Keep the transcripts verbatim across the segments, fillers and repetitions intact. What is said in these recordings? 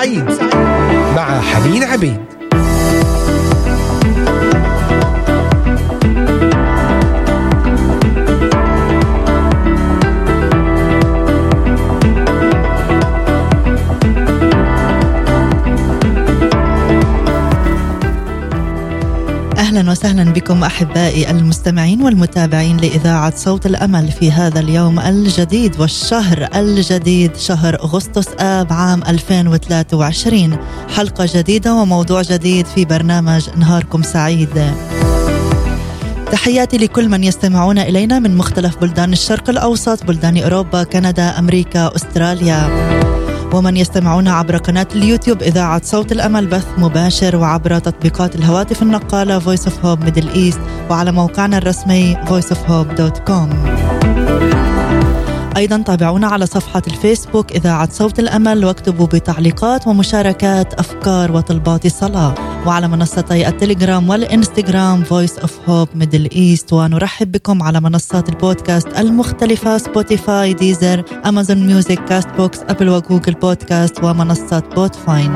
سعيد مع حنين عبيد. أهلا وسهلا بكم أحبائي المستمعين والمتابعين لإذاعة صوت الأمل في هذا اليوم الجديد والشهر الجديد، شهر أغسطس آب عام ألفين وثلاثة وعشرين. حلقة جديدة وموضوع جديد في برنامج نهاركم سعيد. تحياتي لكل من يستمعون إلينا من مختلف بلدان الشرق الأوسط، بلدان أوروبا، كندا، أمريكا، أستراليا، ومن يستمعون عبر قناة اليوتيوب إذاعة صوت الأمل بث مباشر، وعبر تطبيقات الهواتف النقالة Voice of Hope Middle East، وعلى موقعنا الرسمي voice of hope دوت كوم. أيضا تابعونا على صفحة الفيسبوك إذاعة صوت الأمل، واكتبوا بتعليقات ومشاركات أفكار وطلبات صلاة، وعلى منصتي التليجرام والإنستغرام Voice of Hope Middle East. ونرحب بكم على منصات البودكاست المختلفة سبوتيفاي، ديزر، أمازون ميوزك، كاست بوكس، أبل وجوجل بودكاست، ومنصة بودفاين.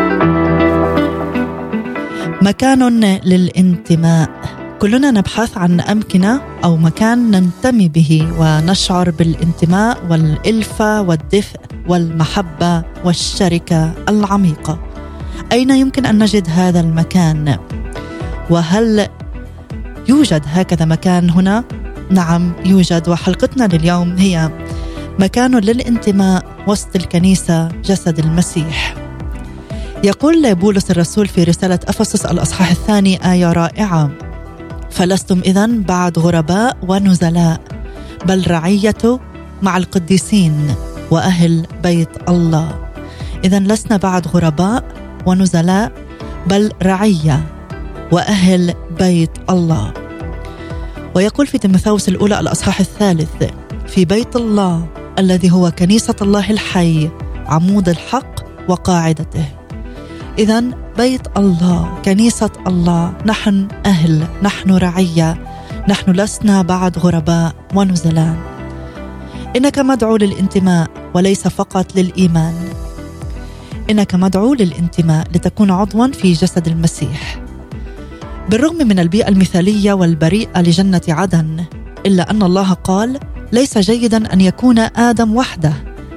مكان للانتماء. كلنا نبحث عن أمكنة أو مكان ننتمي به ونشعر بالانتماء والإلفة والدفء والمحبة والشركة العميقة. أين يمكن أن نجد هذا المكان؟ وهل يوجد هكذا مكان هنا؟ نعم يوجد، وحلقتنا لليوم هي مكان للانتماء وسط الكنيسة جسد المسيح. يقول بولس الرسول في رسالة أفسس الأصحاح الثاني آية رائعة: فلستم إذن بعد غرباء ونزلاء، بل رعية مع القديسين وأهل بيت الله. إذن لسنا بعد غرباء ونزلاء، بل رعية وأهل بيت الله. ويقول في تيموثاوس الأولى الأصحاح الثالث: في بيت الله الذي هو كنيسة الله الحي، عمود الحق وقاعدته. إذن بيت الله، كنيسة الله، نحن أهل، نحن رعية، نحن لسنا بعد غرباء ونزلاء. إنك مدعو للانتماء وليس فقط للإيمان. إنك مدعو للانتماء لتكون عضواً في جسد المسيح. بالرغم من البيئة المثالية والبريئة لجنة عدن، إلا أن الله قال: ليس جيداً أن يكون آدم وحده.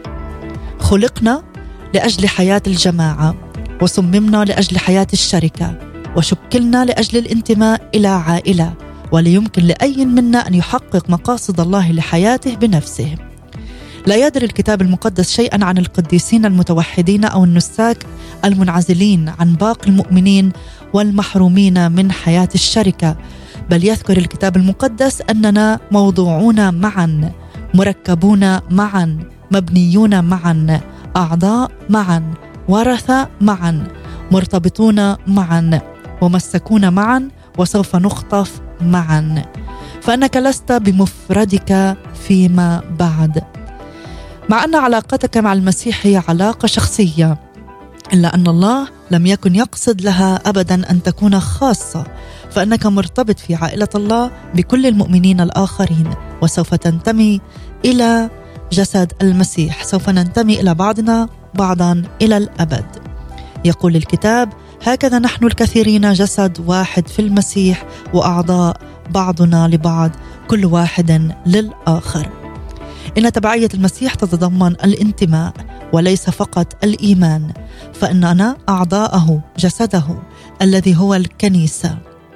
خلقنا لأجل حياة الجماعة، وصممنا لأجل حياة الشركة، وشكلنا لأجل الانتماء إلى عائلة، وليمكن لأي منا أن يحقق مقاصد الله لحياته بنفسه. لا يدري الكتاب المقدس شيئا عن القديسين المتوحدين أو النساك المنعزلين عن باقي المؤمنين والمحرومين من حياة الشركة، بل يذكر الكتاب المقدس أننا موضوعون معا، مركبون معا، مبنيون معا، أعضاء معا، ورثة معا، مرتبطون معا، ومسكون معا، وسوف نخطف معا. فأنك لست بمفردك فيما بعد. مع أن علاقتك مع المسيح هي علاقة شخصية، إلا أن الله لم يكن يقصد لها أبدا أن تكون خاصة، فأنك مرتبط في عائلة الله بكل المؤمنين الآخرين، وسوف تنتمي إلى جسد المسيح، سوف ننتمي إلى بعضنا بعضا إلى الأبد. يقول الكتاب: هكذا نحن الكثيرين جسد واحد في المسيح، وأعضاء بعضنا لبعض، كل واحد للآخر. إن تبعية المسيح تتضمن الانتماء وليس فقط الإيمان، فإننا أعضاءه، جسده الذي هو الكنيسة.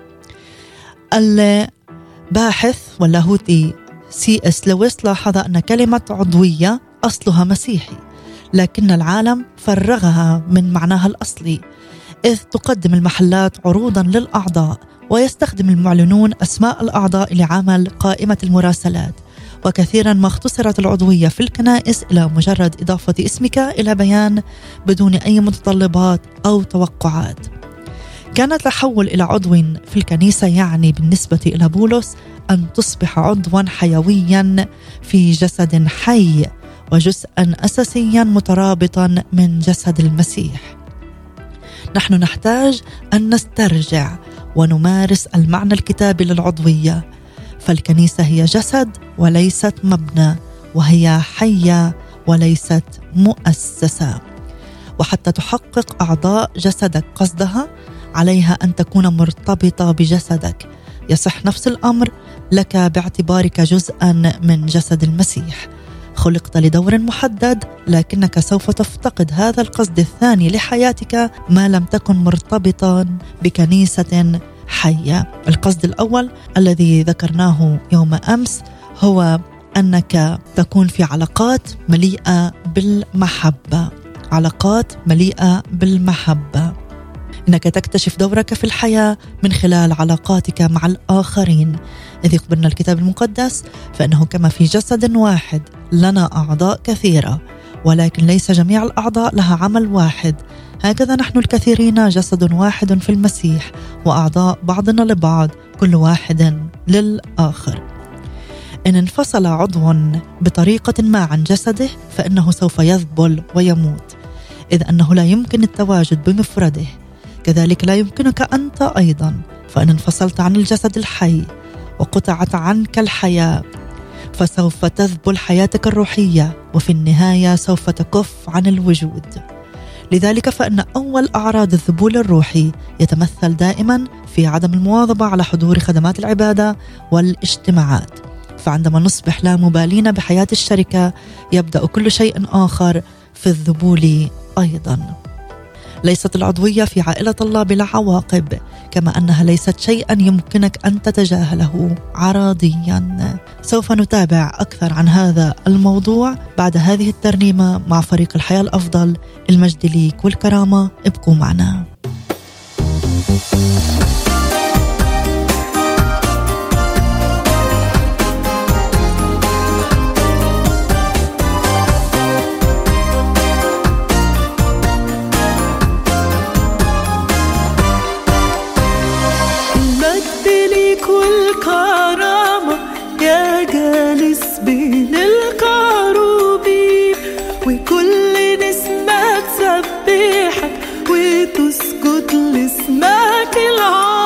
الباحث واللاهوتي سي اس لويس لاحظ أن كلمة عضوية أصلها مسيحي، لكن العالم فرغها من معناها الأصلي، إذ تقدم المحلات عروضا للأعضاء، ويستخدم المعلنون أسماء الأعضاء لعمل قائمة المراسلات. وكثيرا ما اختصرت العضوية في الكنائس إلى مجرد إضافة اسمك إلى بيان بدون أي متطلبات أو توقعات. كان التحول إلى عضو في الكنيسة يعني بالنسبة إلى بولس أن تصبح عضوا حيويا في جسد حي، وجزءا أساسيا مترابطا من جسد المسيح. نحن نحتاج أن نسترجع ونمارس المعنى الكتابي للعضوية، فالكنيسة هي جسد وليست مبنى، وهي حية وليست مؤسسة. وحتى تحقق أعضاء جسدك قصدها عليها أن تكون مرتبطة بجسدك. يصح نفس الأمر لك باعتبارك جزءا من جسد المسيح. خلقت لدور محدد، لكنك سوف تفتقد هذا القصد الثاني لحياتك ما لم تكن مرتبطا بكنيسة حية. القصد الأول الذي ذكرناه يوم أمس هو أنك تكون في علاقات مليئة بالمحبة، علاقات مليئة بالمحبة، إنك تكتشف دورك في الحياة من خلال علاقاتك مع الآخرين. إذ يخبرنا الكتاب المقدس فإنه كما في جسد واحد لنا أعضاء كثيرة، ولكن ليس جميع الأعضاء لها عمل واحد. هكذا نحن الكثيرين جسد واحد في المسيح، وأعضاء بعضنا لبعض، كل واحد للآخر. إن انفصل عضو بطريقة ما عن جسده فإنه سوف يذبل ويموت، إذ أنه لا يمكن التواجد بمفرده. كذلك لا يمكنك أنت أيضا، فإن انفصلت عن الجسد الحي وقطعت عنك الحياة فسوف تذبل حياتك الروحية، وفي النهاية سوف تكف عن الوجود. لذلك فإن أول أعراض الذبول الروحي يتمثل دائما في عدم المواظبة على حضور خدمات العبادة والاجتماعات. فعندما نصبح لا مبالين بحياة الشركة يبدأ كل شيء آخر في الذبول أيضا. ليست العضوية في عائلة الله بلا عواقب، كما أنها ليست شيئا يمكنك أن تتجاهله عراضيا. سوف نتابع أكثر عن هذا الموضوع بعد هذه الترنيمة مع فريق الحياة الأفضل. المجد ليك والكرامة، ابقوا معنا. وكل نسمة تسبحك وتسجد لاسمك العظيم.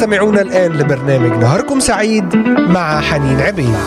تستمعون الآن لبرنامج نهاركم سعيد مع حنين عبيد.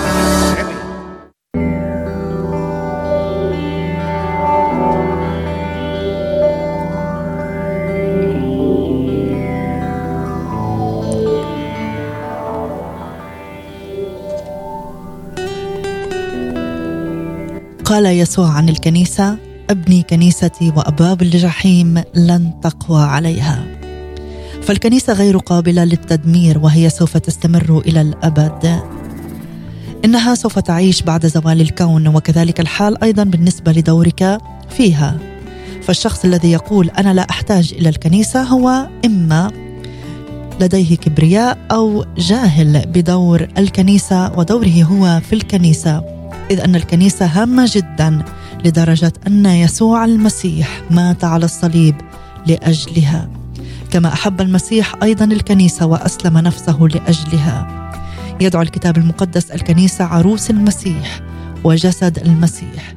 قال يسوع عن الكنيسة: أبني كنيستي وأبواب الجحيم لن تقوى عليها. فالكنيسة غير قابلة للتدمير، وهي سوف تستمر إلى الأبد. إنها سوف تعيش بعد زوال الكون، وكذلك الحال أيضا بالنسبة لدورك فيها. فالشخص الذي يقول أنا لا أحتاج إلى الكنيسة هو إما لديه كبرياء أو جاهل بدور الكنيسة ودوره هو في الكنيسة، إذ أن الكنيسة هامة جدا لدرجة أن يسوع المسيح مات على الصليب لأجلها، كما أحب المسيح أيضا الكنيسة وأسلم نفسه لأجلها. يدعو الكتاب المقدس الكنيسة عروس المسيح وجسد المسيح.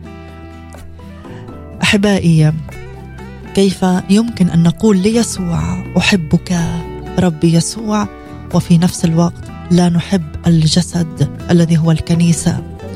أحبائي، كيف يمكن أن نقول ليسوع أحبك ربي يسوع وفي نفس الوقت لا نحب الجسد الذي هو الكنيسة؟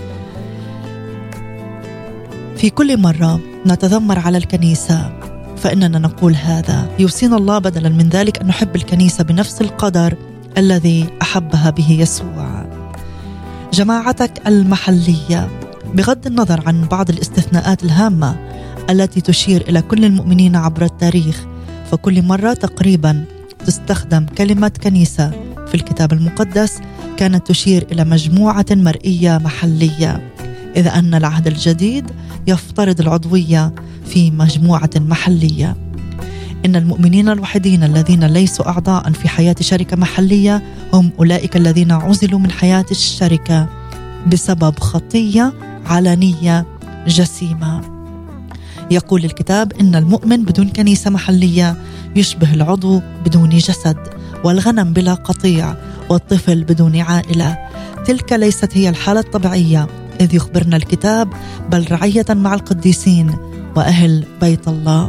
في كل مرة نتذمر على الكنيسة فإننا نقول هذا. يوصينا الله بدلا من ذلك أن نحب الكنيسة بنفس القدر الذي أحبها به يسوع. جماعتك المحلية، بغض النظر عن بعض الاستثناءات الهامة التي تشير إلى كل المؤمنين عبر التاريخ، فكل مرة تقريبا تستخدم كلمة كنيسة في الكتاب المقدس كانت تشير إلى مجموعة مرئية محلية، إذ أن العهد الجديد يفترض العضوية في مجموعة محلية. إن المؤمنين الوحيدين الذين ليسوا أعضاء في حياة شركة محلية هم أولئك الذين عزلوا من حياة الشركة بسبب خطية علنية جسيمة. يقول الكتاب إن المؤمن بدون كنيسة محلية يشبه العضو بدون جسد، والغنم بلا قطيع، والطفل بدون عائلة. تلك ليست هي الحالة الطبيعية، إذ يخبرنا الكتاب بل رعية مع القديسين وأهل بيت الله.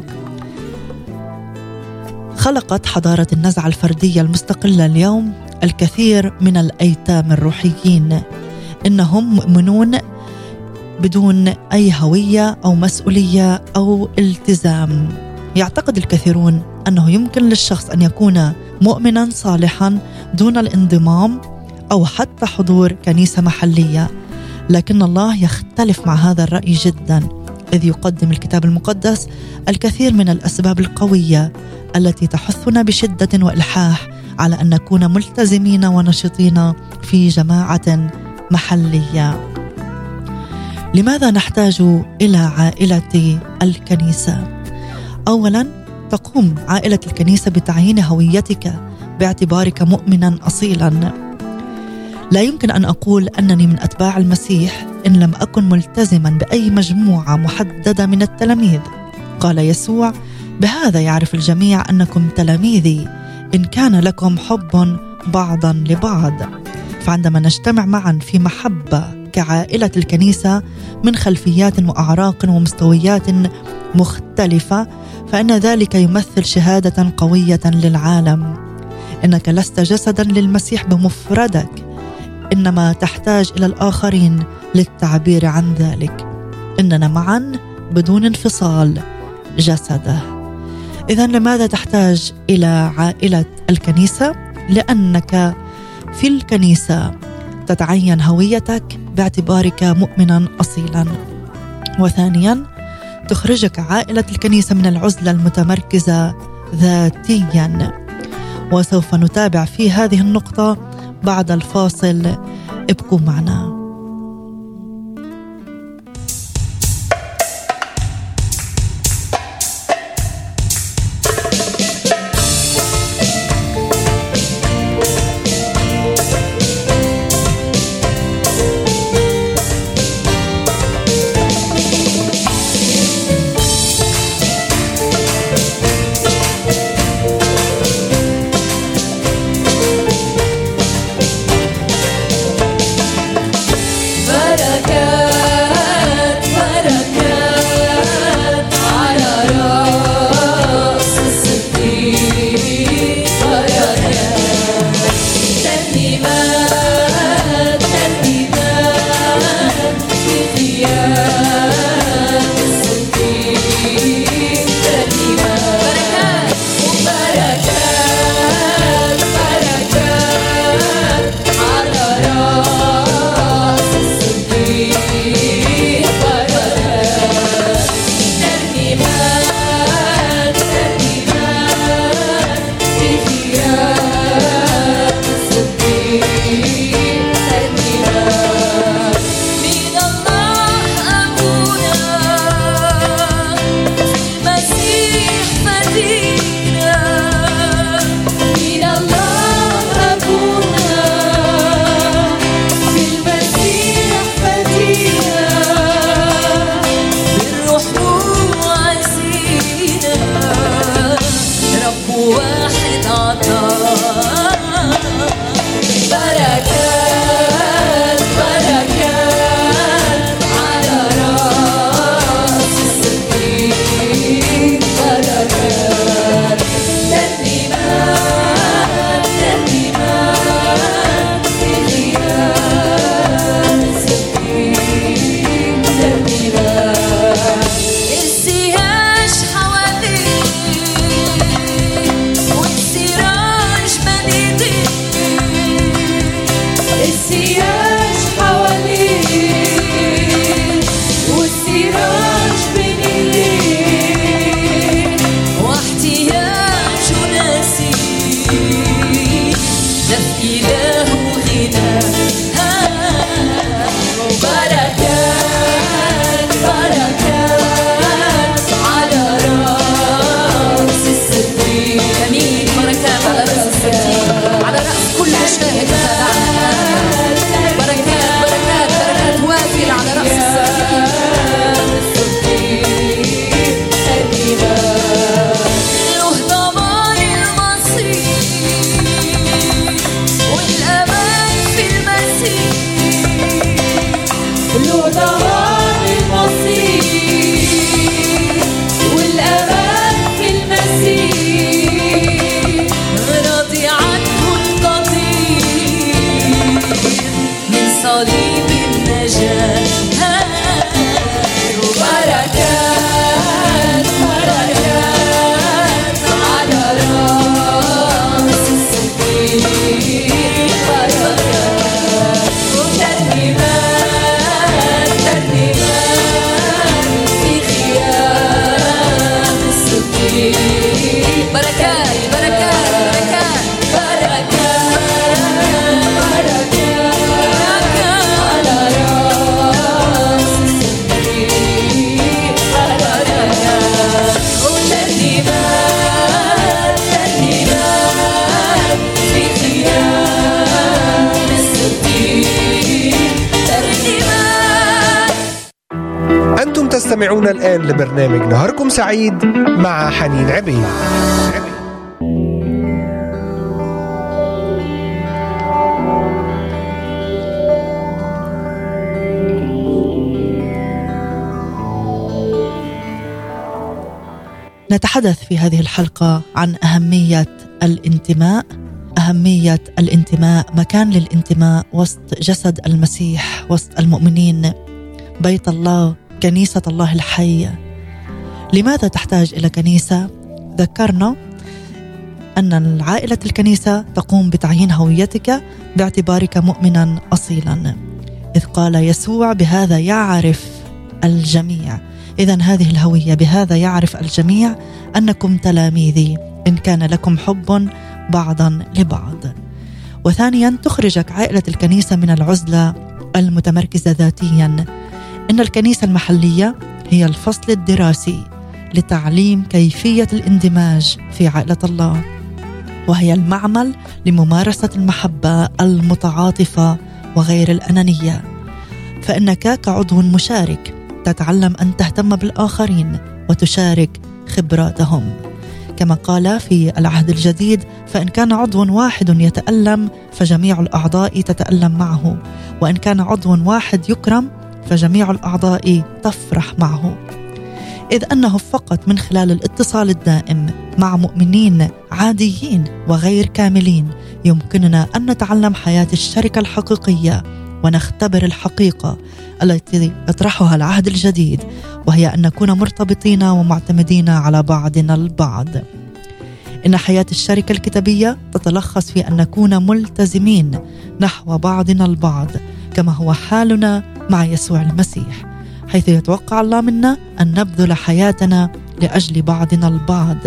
خلقت حضارة النزعة الفردية المستقلة اليوم الكثير من الأيتام الروحيين. إنهم مؤمنون بدون أي هوية أو مسؤولية أو التزام. يعتقد الكثيرون أنه يمكن للشخص أن يكون مؤمنا صالحا دون الانضمام أو حتى حضور كنيسة محلية، لكن الله يختلف مع هذا الرأي جدا، إذ يقدم الكتاب المقدس الكثير من الأسباب القوية التي تحثنا بشدة وإلحاح على أن نكون ملتزمين ونشطين في جماعة محلية. لماذا نحتاج إلى عائلة الكنيسة؟ أولا، تقوم عائلة الكنيسة بتعيين هويتك باعتبارك مؤمنا أصيلا. لا يمكن أن أقول أنني من أتباع المسيح إن لم أكن ملتزما بأي مجموعة محددة من التلاميذ. قال يسوع: بهذا يعرف الجميع أنكم تلاميذي إن كان لكم حب بعضا لبعض. فعندما نجتمع معا في محبة كعائلة الكنيسة من خلفيات وأعراق ومستويات مختلفة، فإن ذلك يمثل شهادة قوية للعالم. إنك لست جسدا للمسيح بمفردك، إنما تحتاج إلى الآخرين للتعبير عن ذلك. إننا معا بدون انفصال جسده. إذن لماذا تحتاج إلى عائلة الكنيسة؟ لأنك في الكنيسة تتعين هويتك باعتبارك مؤمنا أصيلا. وثانيا، تخرجك عائلة الكنيسة من العزلة المتمركزة ذاتيا. وسوف نتابع في هذه النقطة بعد الفاصل. ابقوا معنا. تستمعون الآن لبرنامج نهاركم سعيد مع حنين عبيد. نتحدث في هذه الحلقة عن أهمية الانتماء، أهمية الانتماء، مكان للانتماء وسط جسد المسيح، وسط المؤمنين، بيت الله، كنيسة الله الحي. لماذا تحتاج إلى كنيسة؟ ذكرنا أن عائلة الكنيسة تقوم بتعيين هويتك باعتبارك مؤمنا أصيلا، إذ قال يسوع بهذا يعرف الجميع. إذن هذه الهوية، بهذا يعرف الجميع أنكم تلاميذي إن كان لكم حب بعضا لبعض. وثانيا تخرجك عائلة الكنيسة من العزلة المتمركزة ذاتيا. إن الكنيسة المحلية هي الفصل الدراسي لتعليم كيفية الاندماج في عائلة الله، وهي المعمل لممارسة المحبة المتعاطفة وغير الأنانية، فإنك كعضو مشارك تتعلم أن تهتم بالآخرين وتشارك خبراتهم. كما قال في العهد الجديد: فإن كان عضو واحد يتألم فجميع الأعضاء تتألم معه، وإن كان عضو واحد يكرم فجميع الأعضاء تفرح معه. إذ أنه فقط من خلال الاتصال الدائم مع مؤمنين عاديين وغير كاملين يمكننا أن نتعلم حياة الشركة الحقيقية ونختبر الحقيقة التي يطرحها العهد الجديد، وهي أن نكون مرتبطين ومعتمدين على بعضنا البعض. إن حياة الشركة الكتابية تتلخص في أن نكون ملتزمين نحو بعضنا البعض كما هو حالنا مع يسوع المسيح، حيث يتوقع الله منا أن نبذل حياتنا لأجل بعضنا البعض.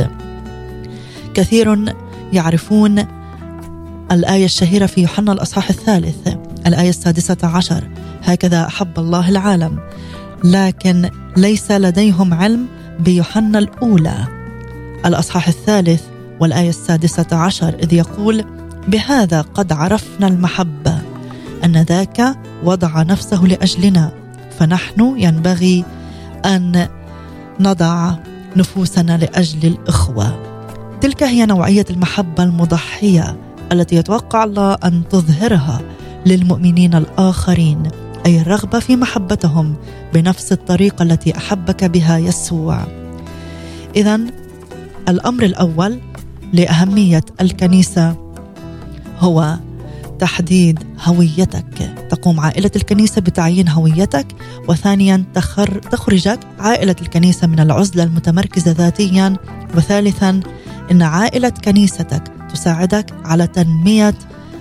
كثير يعرفون الآية الشهيرة في يوحنا الأصحاح الثالث الآية السادسة عشر: هكذا أحب الله العالم، لكن ليس لديهم علم بيوحنا الأولى الأصحاح الثالث والآية السادسة عشر، إذ يقول: بهذا قد عرفنا المحبة أن ذاك وضع نفسه لأجلنا، فنحن ينبغي أن نضع نفوسنا لأجل الإخوة. تلك هي نوعية المحبة المضحية التي يتوقع الله أن تظهرها للمؤمنين الآخرين، أي الرغبة في محبتهم بنفس الطريقة التي أحبك بها يسوع. إذن الأمر الأول لأهمية الكنيسة هو تحديد هويتك. تقوم عائلة الكنيسة بتعيين هويتك. وثانيا تخر تخرجك عائلة الكنيسة من العزلة المتمركزة ذاتيا. وثالثا إن عائلة كنيستك تساعدك على تنمية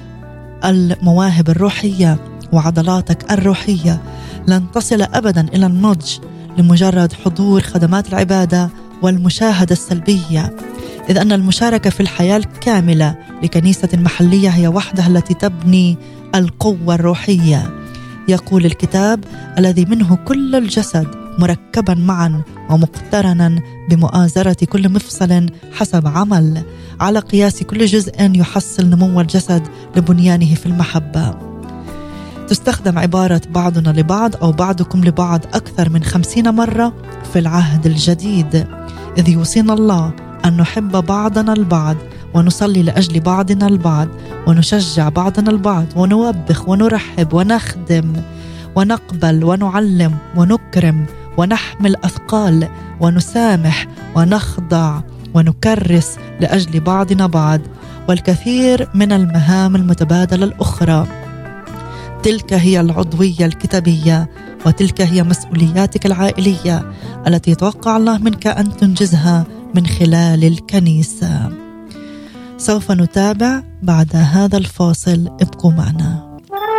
المواهب الروحية وعضلاتك الروحية. لن تصل أبدا إلى النضج لمجرد حضور خدمات العبادة والمشاهدة السلبية، إذ أن المشاركة في الحياة الكاملة لكنيسة محلية هي وحدها التي تبني القوة الروحية. يقول الكتاب: الذي منه كل الجسد مركبا معا ومقترنا بمؤازرة كل مفصل حسب عمل، على قياس كل جزء يحصل نمو الجسد لبنيانه في المحبة. تستخدم عبارة بعضنا لبعض أو بعضكم لبعض أكثر من خمسين مرة في العهد الجديد، إذ يوصينا الله أن نحب بعضنا البعض ونصلي لأجل بعضنا البعض ونشجع بعضنا البعض ونوبخ ونرحب ونخدم ونقبل ونعلم ونكرم ونحمل أثقال ونسامح ونخضع ونكرس لأجل بعضنا بعض، والكثير من المهام المتبادلة الأخرى. تلك هي العضوية الكتابية، وتلك هي مسؤولياتك العائلية التي يتوقع الله منك أن تنجزها من خلال الكنيسة. سوف نتابع بعد هذا الفاصل، ابقوا معنا.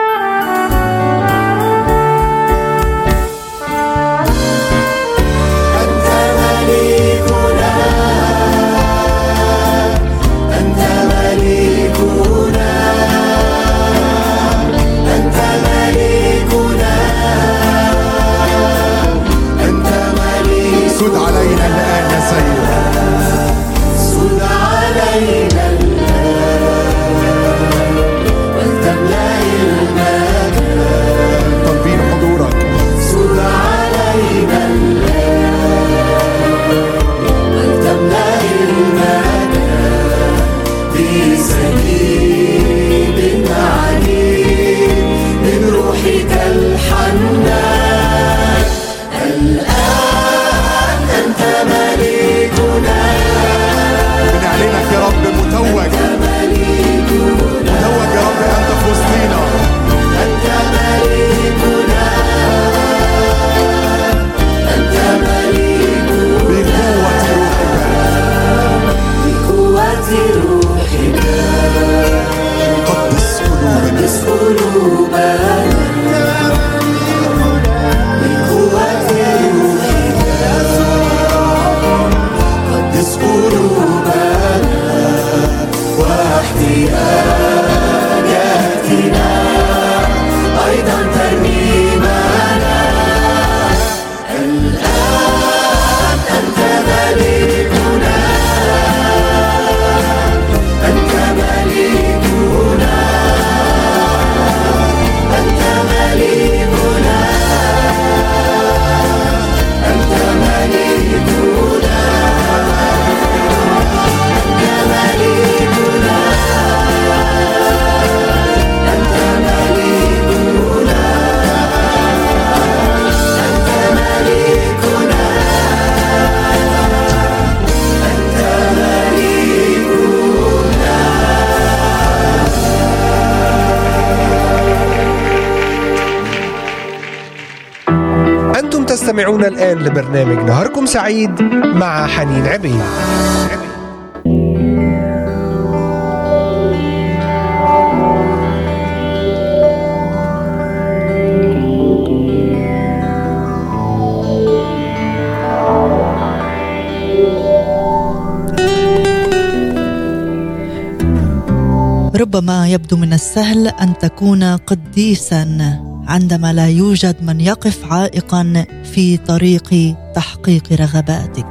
سد علينا الآن يا سيد، سد علينا الآن ولتملأ المكان، طالبين حضورك. سد علينا الآن استمعونا الآن لبرنامج نهاركم سعيد مع حنين عبيد. ربما يبدو من السهل أن تكون قديساً عندما لا يوجد من يقف عائقاً في طريق تحقيق رغباتك،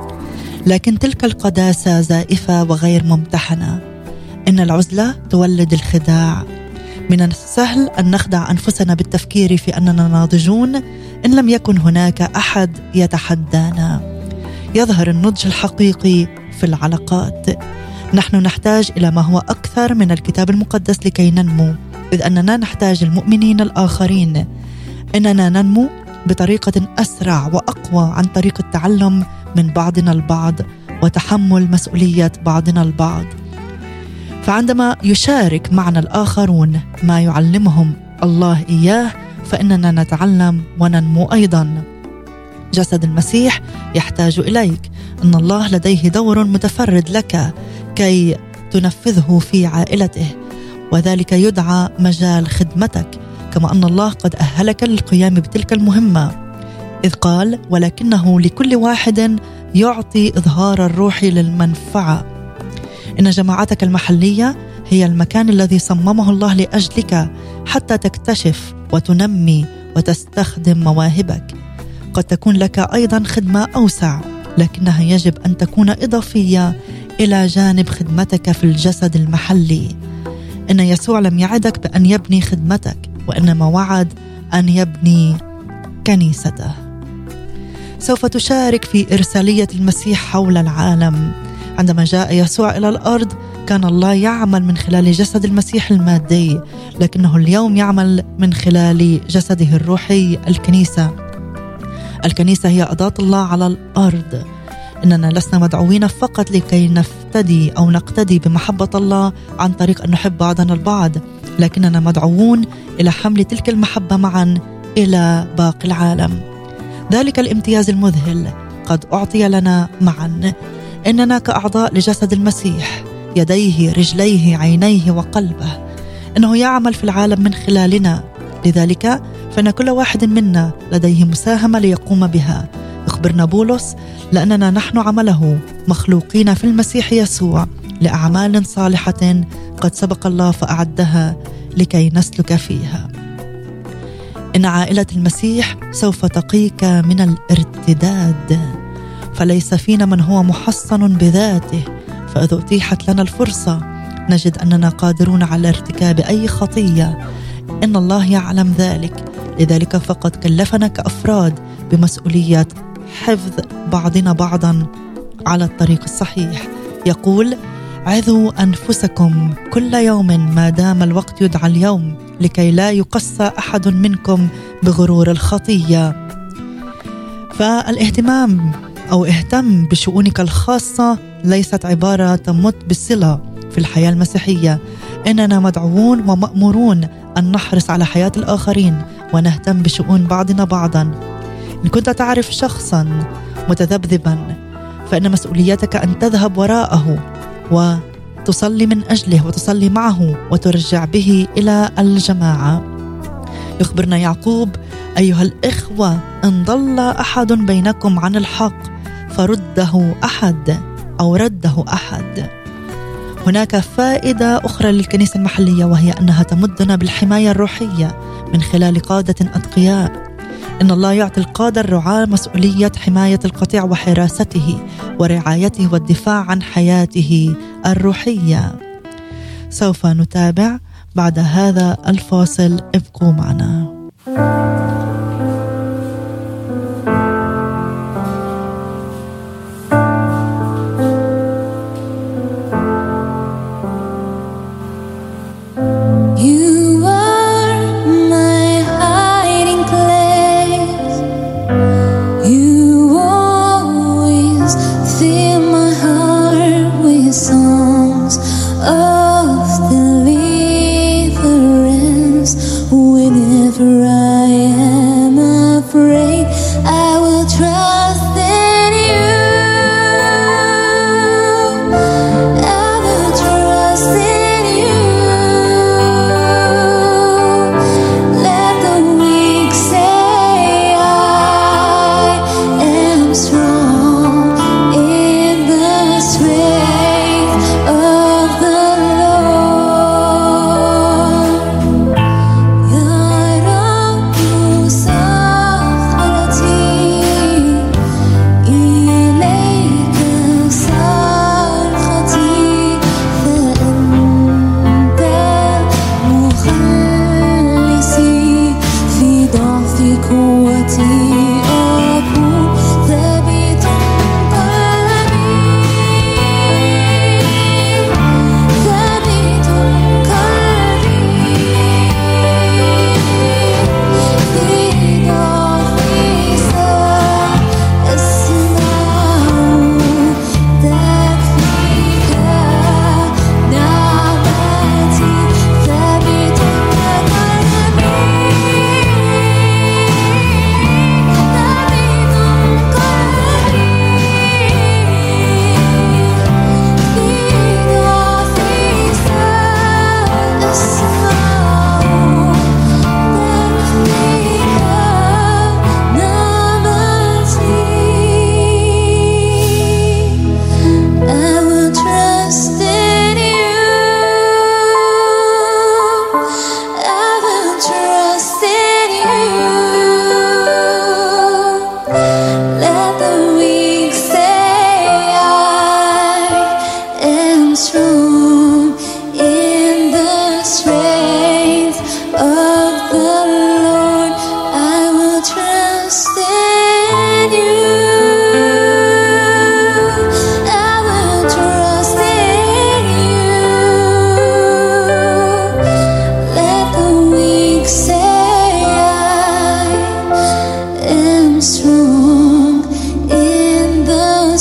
لكن تلك القداسة زائفة وغير ممتحنة. إن العزلة تولد الخداع. من السهل أن نخدع أنفسنا بالتفكير في أننا ناضجون إن لم يكن هناك أحد يتحدانا. يظهر النضج الحقيقي في العلاقات. نحن نحتاج إلى ما هو أكثر من الكتاب المقدس لكي ننمو، إذ أننا نحتاج المؤمنين الآخرين. إننا ننمو بطريقة أسرع وأقوى عن طريق التعلم من بعضنا البعض وتحمل مسؤولية بعضنا البعض. فعندما يشارك معنا الآخرون ما يعلمهم الله إياه فإننا نتعلم وننمو أيضا. جسد المسيح يحتاج إليك. إن الله لديه دور متفرد لك كي تنفذه في عائلته، وذلك يدعى مجال خدمتك، كما أن الله قد أهلك للقيام بتلك المهمة، إذ قال: ولكنه لكل واحد يعطي إظهار الروح للمنفعة. إن جماعتك المحلية هي المكان الذي صممه الله لأجلك حتى تكتشف وتنمي وتستخدم مواهبك. قد تكون لك أيضا خدمة أوسع، لكنها يجب أن تكون إضافية إلى جانب خدمتك في الجسد المحلي. إن يسوع لم يعدك بأن يبني خدمتك، وإنما وعد أن يبني كنيسته. سوف تشارك في إرسالية المسيح حول العالم. عندما جاء يسوع إلى الأرض كان الله يعمل من خلال جسد المسيح المادي، لكنه اليوم يعمل من خلال جسده الروحي الكنيسة. الكنيسة هي أداة الله على الأرض. إننا لسنا مدعوين فقط لكي نفتدي أو نقتدي بمحبة الله عن طريق أن نحب بعضنا البعض، لكننا مدعوون إلى حمل تلك المحبة معا إلى باقي العالم. ذلك الامتياز المذهل قد أعطي لنا معا. إننا كأعضاء لجسد المسيح، يديه، رجليه، عينيه وقلبه. إنه يعمل في العالم من خلالنا، لذلك فإن كل واحد منا لديه مساهمة ليقوم بها. يخبرنا بولس: لأننا نحن عمله مخلوقين في المسيح يسوع لأعمال صالحة قد سبق الله فأعدها لكي نسلك فيها. إن عائلة المسيح سوف تقيك من الارتداد، فليس فينا من هو محصن بذاته، فإذا أتيحت لنا الفرصة نجد أننا قادرون على ارتكاب أي خطية. إن الله يعلم ذلك، لذلك فقد كلفنا كأفراد بمسؤولية حفظ بعضنا بعضا على الطريق الصحيح. يقول: عظوا أنفسكم كل يوم ما دام الوقت يدعى اليوم، لكي لا يقسى أحد منكم بغرور الخطية. فالاهتمام أو اهتم بشؤونك الخاصة ليست عبارة تمت بالصلة في الحياة المسيحية. إننا مدعوون ومأمورون أن نحرص على حياة الآخرين ونهتم بشؤون بعضنا بعضا. إن كنت تعرف شخصا متذبذبا فإن مسؤوليتك أن تذهب وراءه وتصلي من أجله وتصلي معه وترجع به إلى الجماعة. يخبرنا يعقوب: أيها الإخوة، إن ضل أحد بينكم عن الحق فرده أحد أو رده أحد. هناك فائدة أخرى للكنيسة المحلية، وهي أنها تمدنا بالحماية الروحية من خلال قادة أتقياء. إن الله يعطي القادة الرعاة مسؤولية حماية القطيع وحراسته ورعايته والدفاع عن حياته الروحية. سوف نتابع بعد هذا الفاصل، ابقوا معنا. I will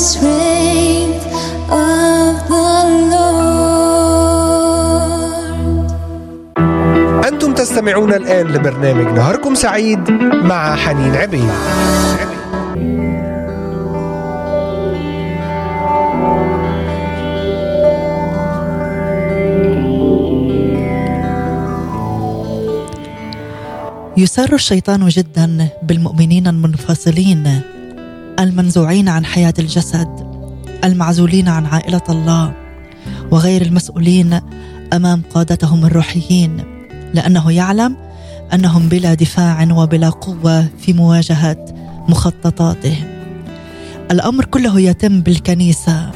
strength of the Lord. أنتم تستمعون الآن لبرنامج نهاركم سعيد مع حنين عبيد. يسر الشيطان جدا بالمؤمنين المنفصلين المنزوعين عن حياة الجسد، المعزولين عن عائلة الله وغير المسؤولين أمام قادتهم الروحيين، لأنه يعلم أنهم بلا دفاع وبلا قوة في مواجهة مخططاته. الأمر كله يتم بالكنيسة.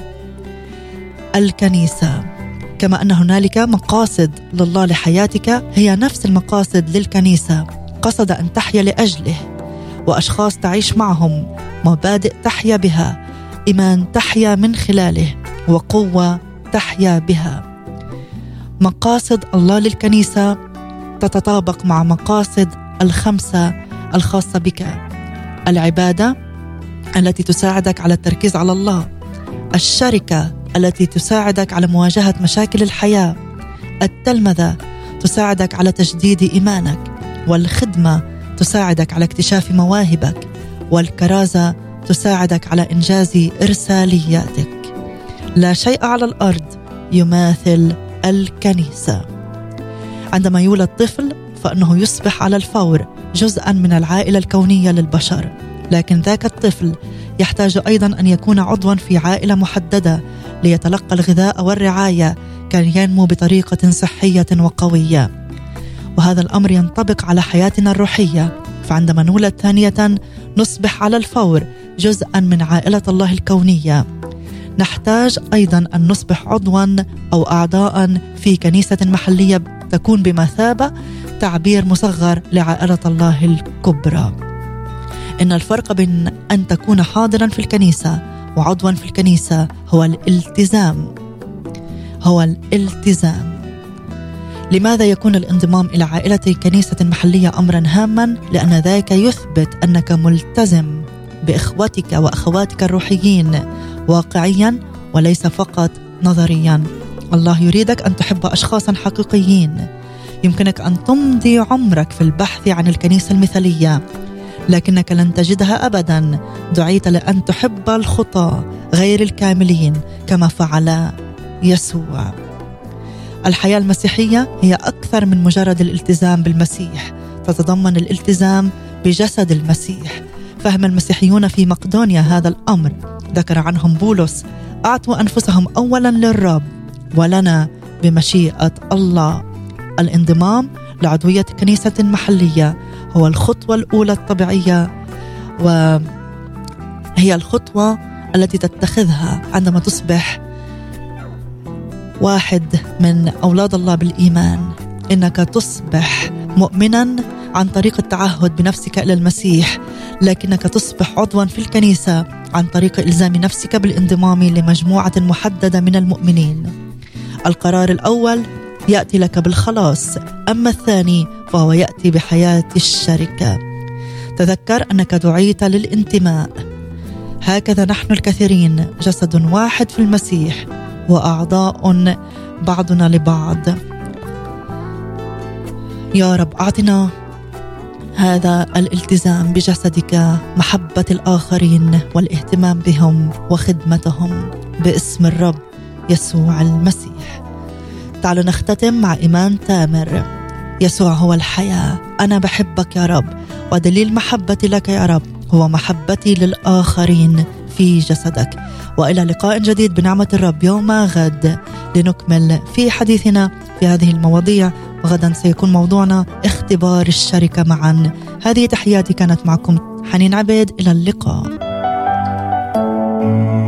الكنيسة كما أن هنالك مقاصد لله لحياتك، هي نفس المقاصد للكنيسة. قصد أن تحيا لأجله، وأشخاص تعيش معهم، مبادئ تحيا بها، إيمان تحيا من خلاله، وقوة تحيا بها. مقاصد الله للكنيسة تتطابق مع مقاصد الخمسة الخاصة بك: العبادة التي تساعدك على التركيز على الله، الشركة التي تساعدك على مواجهة مشاكل الحياة، التلمذة تساعدك على تجديد إيمانك، والخدمة تساعدك على اكتشاف مواهبك، والكرازة تساعدك على إنجاز إرسالياتك. لا شيء على الأرض يماثل الكنيسة. عندما يولد طفل فإنه يصبح على الفور جزءاً من العائلة الكونية للبشر، لكن ذاك الطفل يحتاج أيضاً أن يكون عضواً في عائلة محددة ليتلقى الغذاء والرعاية كي ينمو بطريقة صحية وقوية. وهذا الأمر ينطبق على حياتنا الروحية، فعندما نولد ثانية نصبح على الفور جزءاً من عائلة الله الكونية. نحتاج أيضاً أن نصبح عضواً أو أعضاء في كنيسة محلية تكون بمثابة تعبير مصغر لعائلة الله الكبرى. إن الفرق بين أن تكون حاضراً في الكنيسة وعضواً في الكنيسة هو الالتزام. هو الالتزام. لماذا يكون الانضمام إلى عائلة كنيسة محلية أمراً هاماً؟ لأن ذاك يثبت أنك ملتزم بإخوتك وأخواتك الروحيين واقعياً وليس فقط نظرياً. الله يريدك أن تحب أشخاصاً حقيقيين. يمكنك أن تمضي عمرك في البحث عن الكنيسة المثالية، لكنك لن تجدها أبداً. دعيت لأن تحب الخطاة غير الكاملين كما فعل يسوع. الحياة المسيحية هي أكثر من مجرد الالتزام بالمسيح، تتضمن الالتزام بجسد المسيح. فهم المسيحيون في مقدونيا هذا الأمر. ذكر عنهم بولس: أعطوا أنفسهم أولاً للرب ولنا بمشيئة الله. الانضمام لعضوية كنيسة محلية هو الخطوة الأولى الطبيعية، وهي الخطوة التي تتخذها عندما تصبح واحد من أولاد الله بالإيمان. إنك تصبح مؤمناً عن طريق التعهد بنفسك إلى المسيح، لكنك تصبح عضواً في الكنيسة عن طريق إلزام نفسك بالانضمام لمجموعة محددة من المؤمنين. القرار الأول يأتي لك بالخلاص، أما الثاني فهو يأتي بحياة الشركة. تذكر أنك دعيت للانتماء. هكذا نحن الكثيرين جسد واحد في المسيح وأعضاء بعضنا لبعض. يا رب أعطنا هذا الالتزام بجسدك، محبة الآخرين والاهتمام بهم وخدمتهم باسم الرب يسوع المسيح. تعالوا نختتم مع إيمان تامر. يسوع هو الحياة. أنا بحبك يا رب، ودليل محبتي لك يا رب هو محبتي للآخرين في جسدك. وإلى لقاء جديد بنعمة الرب يوم غد لنكمل في حديثنا في هذه المواضيع. وغدا سيكون موضوعنا اختبار الشركة معا. هذه تحياتي، كانت معكم حنين عبيد. إلى اللقاء.